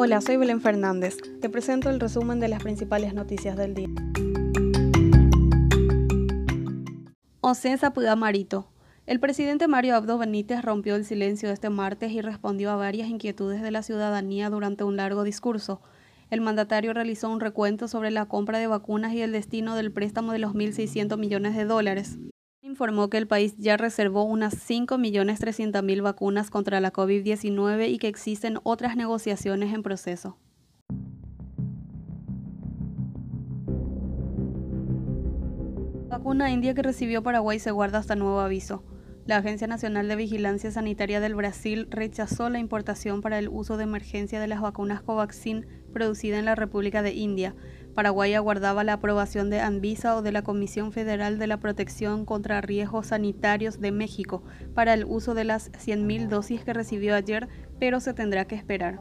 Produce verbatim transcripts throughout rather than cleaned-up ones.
Hola, soy Belén Fernández. Te presento el resumen de las principales noticias del día. Ocesa Pudamarito. El presidente Mario Abdo Benítez rompió el silencio este martes y respondió a varias inquietudes de la ciudadanía durante un largo discurso. El mandatario realizó un recuento sobre la compra de vacunas y el destino del préstamo de los mil seiscientos millones de dólares. Informó que el país ya reservó unas cinco millones trescientas mil vacunas contra la COVID diecinueve y que existen otras negociaciones en proceso. La vacuna india que recibió Paraguay se guarda hasta nuevo aviso. La Agencia Nacional de Vigilancia Sanitaria del Brasil rechazó la importación para el uso de emergencia de las vacunas Covaxin producidas en la República de India. Paraguay aguardaba la aprobación de Anvisa o de la Comisión Federal de la Protección contra Riesgos Sanitarios de México para el uso de las cien mil dosis que recibió ayer, pero se tendrá que esperar.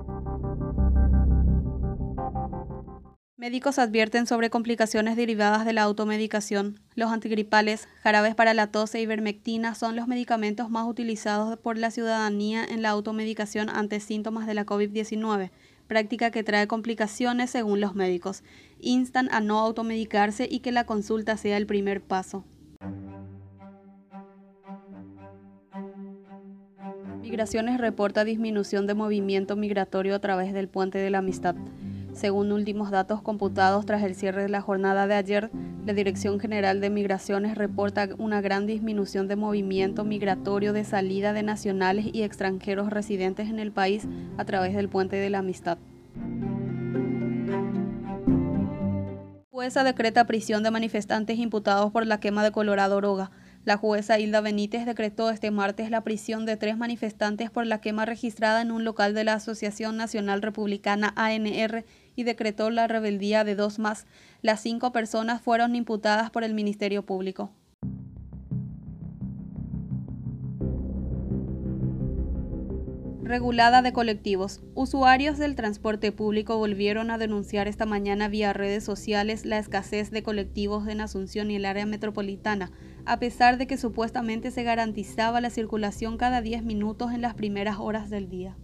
Médicos advierten sobre complicaciones derivadas de la automedicación. Los antigripales, jarabes para la tos e ivermectina son los medicamentos más utilizados por la ciudadanía en la automedicación ante síntomas de la COVID diecinueve, práctica que trae complicaciones según los médicos. Instan a no automedicarse y que la consulta sea el primer paso. Migraciones reporta disminución de movimiento migratorio a través del Puente de la Amistad. Según últimos datos computados tras el cierre de la jornada de ayer, la Dirección General de Migraciones reporta una gran disminución de movimiento migratorio de salida de nacionales y extranjeros residentes en el país a través del Puente de la Amistad. Jueza decreta prisión de manifestantes imputados por la quema de Colorado Oroga. La jueza Hilda Benítez decretó este martes la prisión de tres manifestantes por la quema registrada en un local de la Asociación Nacional Republicana A N R y decretó la rebeldía de dos más. Las cinco personas fueron imputadas por el Ministerio Público. Regulada de colectivos. Usuarios del transporte público volvieron a denunciar esta mañana vía redes sociales la escasez de colectivos en Asunción y el área metropolitana, a pesar de que supuestamente se garantizaba la circulación cada diez minutos en las primeras horas del día.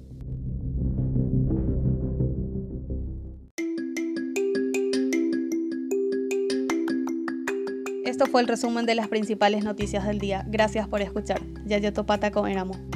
Esto fue el resumen de las principales noticias del día. Gracias por escuchar. Yaya Topata Comeramo.